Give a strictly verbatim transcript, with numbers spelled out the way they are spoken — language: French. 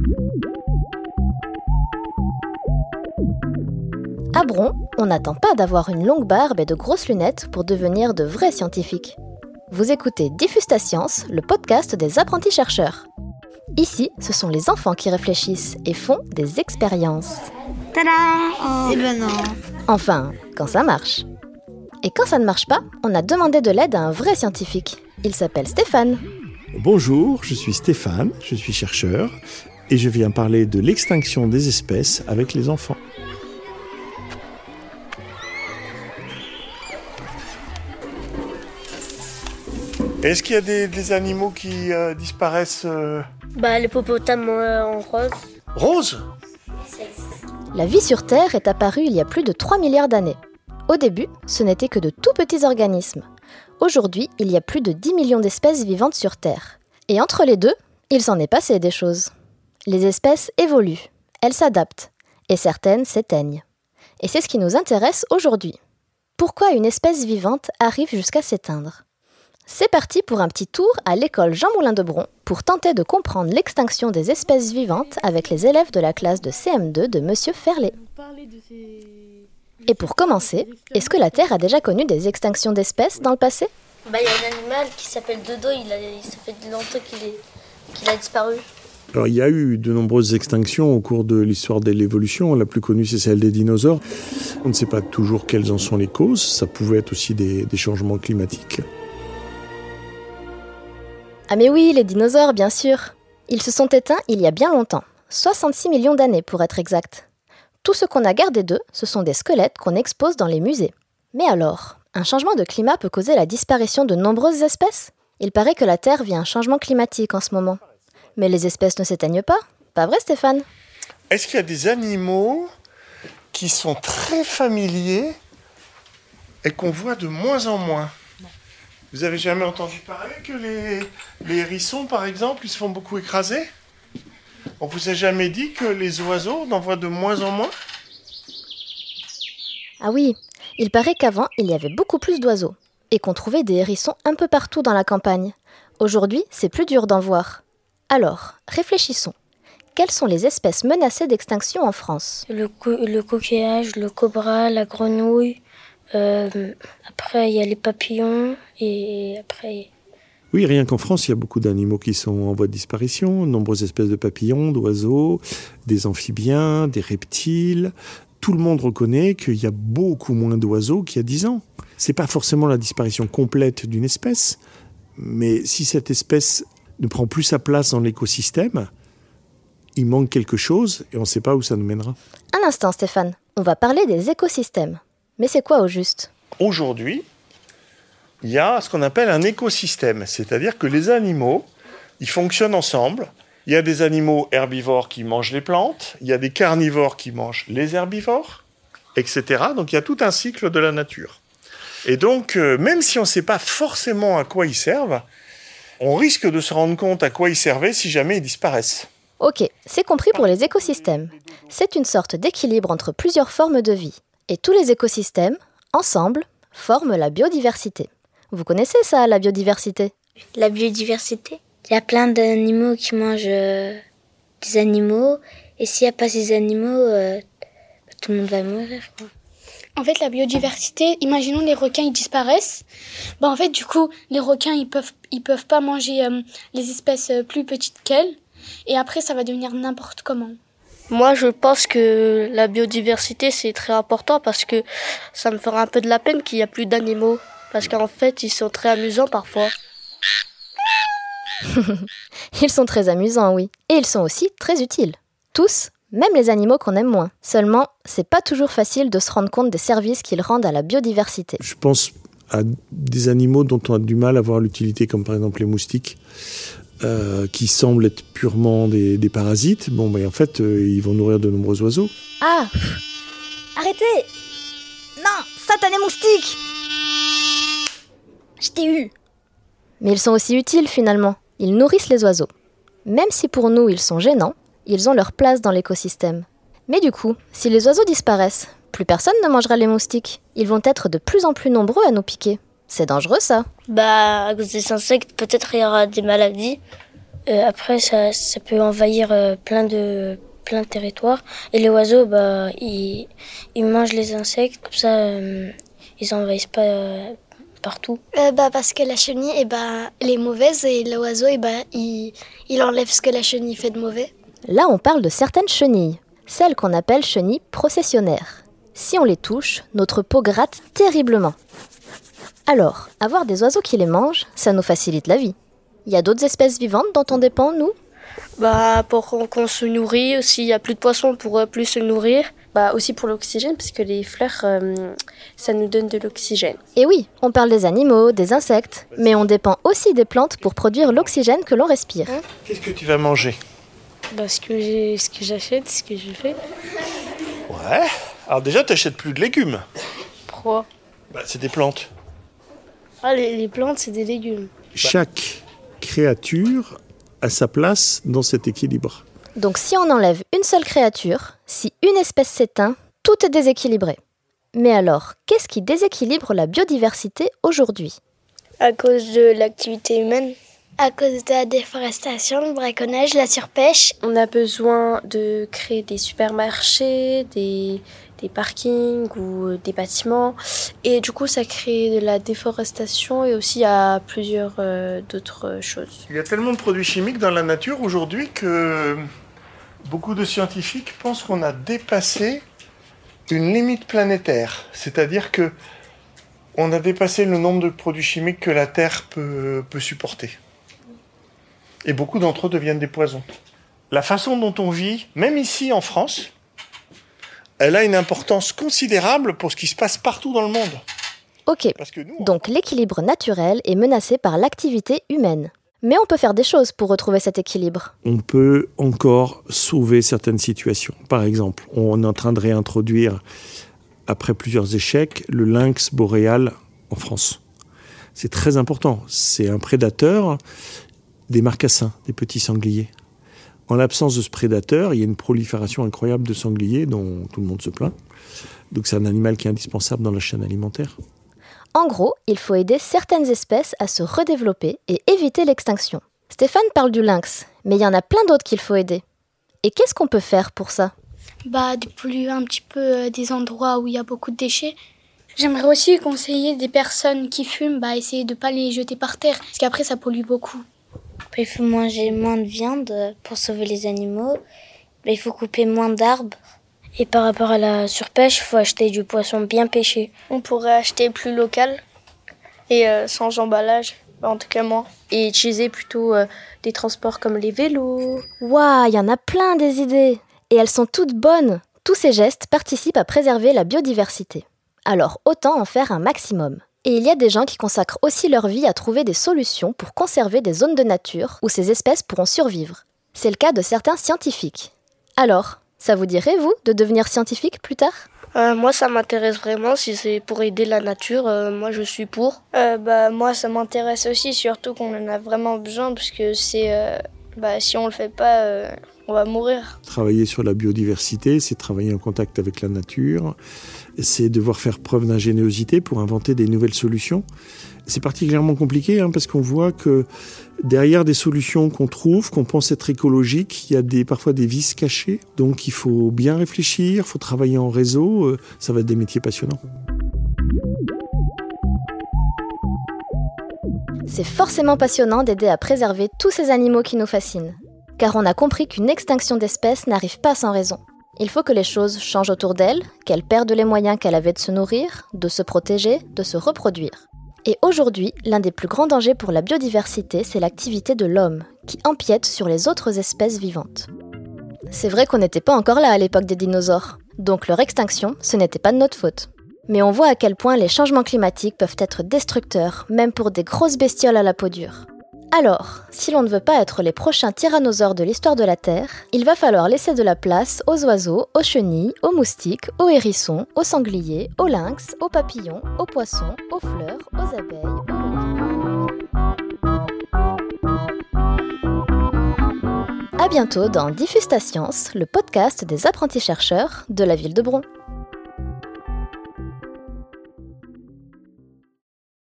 À Bron, on n'attend pas d'avoir une longue barbe et de grosses lunettes pour devenir de vrais scientifiques. Vous écoutez Diffuse ta science, le podcast des apprentis chercheurs. Ici, ce sont les enfants qui réfléchissent et font des expériences. Tada! Oh. Eh ben non. Enfin, quand ça marche. Et quand ça ne marche pas, on a demandé de l'aide à un vrai scientifique. Il s'appelle Stéphane. Bonjour, je suis Stéphane, je suis chercheur et je viens parler de l'extinction des espèces avec les enfants. Est-ce qu'il y a des, des animaux qui euh, disparaissent euh... Bah, les hippopotames euh, en rose. Rose ? La vie sur Terre est apparue il y a plus de trois milliards d'années. Au début, ce n'étaient que de tout petits organismes. Aujourd'hui, il y a plus de dix millions d'espèces vivantes sur Terre. Et entre les deux, il s'en est passé des choses. Les espèces évoluent, elles s'adaptent, et certaines s'éteignent. Et c'est ce qui nous intéresse aujourd'hui. Pourquoi une espèce vivante arrive jusqu'à s'éteindre ? C'est parti pour un petit tour à l'école Jean Moulin de Bron pour tenter de comprendre l'extinction des espèces vivantes avec les élèves de la classe de C M deux de Monsieur Ferlet. Et pour commencer, est-ce que la Terre a déjà connu des extinctions d'espèces dans le passé ? Bah, il y a un animal qui s'appelle Dodo, il, a, il ça fait longtemps qu'il, est, qu'il a disparu. Alors, il y a eu de nombreuses extinctions au cours de l'histoire de l'évolution. La plus connue, c'est celle des dinosaures. On ne sait pas toujours quelles en sont les causes. Ça pouvait être aussi des, des changements climatiques. Ah mais oui, les dinosaures, bien sûr. Ils se sont éteints il y a bien longtemps, soixante-six millions d'années pour être exact. Tout ce qu'on a gardé d'eux, ce sont des squelettes qu'on expose dans les musées. Mais alors, un changement de climat peut causer la disparition de nombreuses espèces ? Il paraît que la Terre vit un changement climatique en ce moment. Mais les espèces ne s'éteignent pas, pas vrai Stéphane ? Est-ce qu'il y a des animaux qui sont très familiers et qu'on voit de moins en moins ? Vous avez jamais entendu parler que les, les hérissons, par exemple, ils se font beaucoup écraser ? On vous a jamais dit que les oiseaux en voient de moins en moins ? Ah oui, il paraît qu'avant, il y avait beaucoup plus d'oiseaux, et qu'on trouvait des hérissons un peu partout dans la campagne. Aujourd'hui, c'est plus dur d'en voir. Alors, réfléchissons. Quelles sont les espèces menacées d'extinction en France ? Le, co- le coquillage, le cobra, la grenouille... Euh, après, il y a les papillons et après... Oui, rien qu'en France, il y a beaucoup d'animaux qui sont en voie de disparition. De nombreuses espèces de papillons, d'oiseaux, des amphibiens, des reptiles. Tout le monde reconnaît qu'il y a beaucoup moins d'oiseaux qu'il y a dix ans. C'est pas forcément la disparition complète d'une espèce, mais si cette espèce ne prend plus sa place dans l'écosystème, il manque quelque chose et on ne sait pas où ça nous mènera. Un instant Stéphane, on va parler des écosystèmes. Mais c'est quoi au juste ? Aujourd'hui, il y a ce qu'on appelle un écosystème, c'est-à-dire que les animaux, ils fonctionnent ensemble. Il y a des animaux herbivores qui mangent les plantes, il y a des carnivores qui mangent les herbivores, et cetera. Donc il y a tout un cycle de la nature. Et donc, euh, même si on ne sait pas forcément à quoi ils servent, on risque de se rendre compte à quoi ils servaient si jamais ils disparaissent. Ok, c'est compris pour les écosystèmes. C'est une sorte d'équilibre entre plusieurs formes de vie. Et tous les écosystèmes, ensemble, forment la biodiversité. Vous connaissez ça, la biodiversité ? La biodiversité ? Il y a plein d'animaux qui mangent euh, des animaux. Et s'il n'y a pas ces animaux, euh, tout le monde va mourir, quoi. En fait, la biodiversité, imaginons les requins, ils disparaissent. Bah, en fait, du coup, les requins, ils peuvent, ils peuvent pas manger euh, les espèces plus petites qu'elles. Et après, ça va devenir n'importe comment. Moi, je pense que la biodiversité, c'est très important parce que ça me fera un peu de la peine qu'il n'y a plus d'animaux. Parce qu'en fait, ils sont très amusants parfois. Ils sont très amusants, oui. Et ils sont aussi très utiles. Tous, même les animaux qu'on aime moins. Seulement, c'est pas toujours facile de se rendre compte des services qu'ils rendent à la biodiversité. Je pense à des animaux dont on a du mal à voir l'utilité, comme par exemple les moustiques. Euh, qui semblent être purement des, des parasites, bon, ben, en fait, euh, ils vont nourrir de nombreux oiseaux. Ah ! Arrêtez ! Non ! Satané moustique ! Je t'ai eu ! Mais ils sont aussi utiles, finalement. Ils nourrissent les oiseaux. Même si pour nous, ils sont gênants, ils ont leur place dans l'écosystème. Mais du coup, si les oiseaux disparaissent, plus personne ne mangera les moustiques. Ils vont être de plus en plus nombreux à nous piquer. C'est dangereux, ça. Bah, à cause des insectes, peut-être il y aura des maladies. Euh, après, ça, ça peut envahir euh, plein de plein de territoires. Et les oiseaux, bah, ils, ils mangent les insectes, comme ça, euh, ils envahissent pas euh, partout. Euh, bah, parce que la chenille, eh bah, elle est mauvaise et l'oiseau, eh bah, il, il enlève ce que la chenille fait de mauvais. Là, on parle de certaines chenilles, celles qu'on appelle chenilles processionnaires. Si on les touche, notre peau gratte terriblement. Alors, avoir des oiseaux qui les mangent, ça nous facilite la vie. Il y a d'autres espèces vivantes dont on dépend, nous ? Bah, pour qu'on, qu'on se nourrit, s'il n'y a plus de poissons, on pourrait plus se nourrir. Bah, aussi pour l'oxygène, parce que les fleurs, euh, ça nous donne de l'oxygène. Et oui, on parle des animaux, des insectes, mais on dépend aussi des plantes pour produire l'oxygène que l'on respire. Qu'est-ce que tu vas manger ? Bah, ce que j'ai, ce que j'achète, ce que je fais. Ouais. Alors déjà, tu n'achètes plus de légumes. Pourquoi ? Bah, c'est des plantes. Ah, les, les plantes, c'est des légumes. Chaque créature a sa place dans cet équilibre. Donc si on enlève une seule créature, si une espèce s'éteint, tout est déséquilibré. Mais alors, qu'est-ce qui déséquilibre la biodiversité aujourd'hui ? À cause de l'activité humaine. À cause de la déforestation, le braconnage, la surpêche. On a besoin de créer des supermarchés, des, des parkings ou des bâtiments. Et du coup, ça crée de la déforestation et aussi à plusieurs euh, d'autres choses. Il y a tellement de produits chimiques dans la nature aujourd'hui que beaucoup de scientifiques pensent qu'on a dépassé une limite planétaire. C'est-à-dire que on a dépassé le nombre de produits chimiques que la Terre peut, peut supporter. Et beaucoup d'entre eux deviennent des poisons. La façon dont on vit, même ici en France, elle a une importance considérable pour ce qui se passe partout dans le monde. Ok, Parce que nous, donc l'équilibre naturel est menacé par l'activité humaine. Mais on peut faire des choses pour retrouver cet équilibre. On peut encore sauver certaines situations. Par exemple, on est en train de réintroduire, après plusieurs échecs, le lynx boréal en France. C'est très important. C'est un prédateur des marcassins, des petits sangliers. En l'absence de ce prédateur, il y a une prolifération incroyable de sangliers dont tout le monde se plaint. Donc c'est un animal qui est indispensable dans la chaîne alimentaire. En gros, il faut aider certaines espèces à se redévelopper et éviter l'extinction. Stéphane parle du lynx, mais il y en a plein d'autres qu'il faut aider. Et qu'est-ce qu'on peut faire pour ça ? Bah, dépolluer un petit peu euh, des endroits où il y a beaucoup de déchets. J'aimerais aussi conseiller des personnes qui fument, bah, essayer de ne pas les jeter par terre, parce qu'après ça pollue beaucoup. Il faut manger moins de viande pour sauver les animaux. Il faut couper moins d'arbres. Et par rapport à la surpêche, il faut acheter du poisson bien pêché. On pourrait acheter plus local et euh, sans emballage, en tout cas moi. Et utiliser plutôt euh, des transports comme les vélos. Waouh, il y en a plein des idées. Et elles sont toutes bonnes. Tous ces gestes participent à préserver la biodiversité. Alors autant en faire un maximum. Et il y a des gens qui consacrent aussi leur vie à trouver des solutions pour conserver des zones de nature où ces espèces pourront survivre. C'est le cas de certains scientifiques. Alors, ça vous dirait, vous, de devenir scientifique plus tard ? Euh, moi, ça m'intéresse vraiment. Si c'est pour aider la nature, euh, moi, je suis pour. Euh, bah, moi, ça m'intéresse aussi, surtout qu'on en a vraiment besoin, parce que c'est, euh, bah, si on le fait pas, euh, on va mourir. Travailler sur la biodiversité, c'est travailler en contact avec la nature, c'est devoir faire preuve d'ingéniosité pour inventer des nouvelles solutions. C'est particulièrement compliqué hein, parce qu'on voit que derrière des solutions qu'on trouve, qu'on pense être écologiques, il y a des, parfois des vices cachés. Donc il faut bien réfléchir, il faut travailler en réseau, ça va être des métiers passionnants. C'est forcément passionnant d'aider à préserver tous ces animaux qui nous fascinent. Car on a compris qu'une extinction d'espèces n'arrive pas sans raison. Il faut que les choses changent autour d'elles, qu'elles perdent les moyens qu'elles avaient de se nourrir, de se protéger, de se reproduire. Et aujourd'hui, l'un des plus grands dangers pour la biodiversité, c'est l'activité de l'homme, qui empiète sur les autres espèces vivantes. C'est vrai qu'on n'était pas encore là à l'époque des dinosaures, donc leur extinction, ce n'était pas de notre faute. Mais on voit à quel point les changements climatiques peuvent être destructeurs, même pour des grosses bestioles à la peau dure. Alors, si l'on ne veut pas être les prochains tyrannosaures de l'histoire de la Terre, il va falloir laisser de la place aux oiseaux, aux chenilles, aux moustiques, aux hérissons, aux sangliers, aux lynx, aux papillons, aux poissons, aux fleurs, aux abeilles, aux requins. À bientôt dans Diffusta Science, le podcast des apprentis chercheurs de la ville de Bron.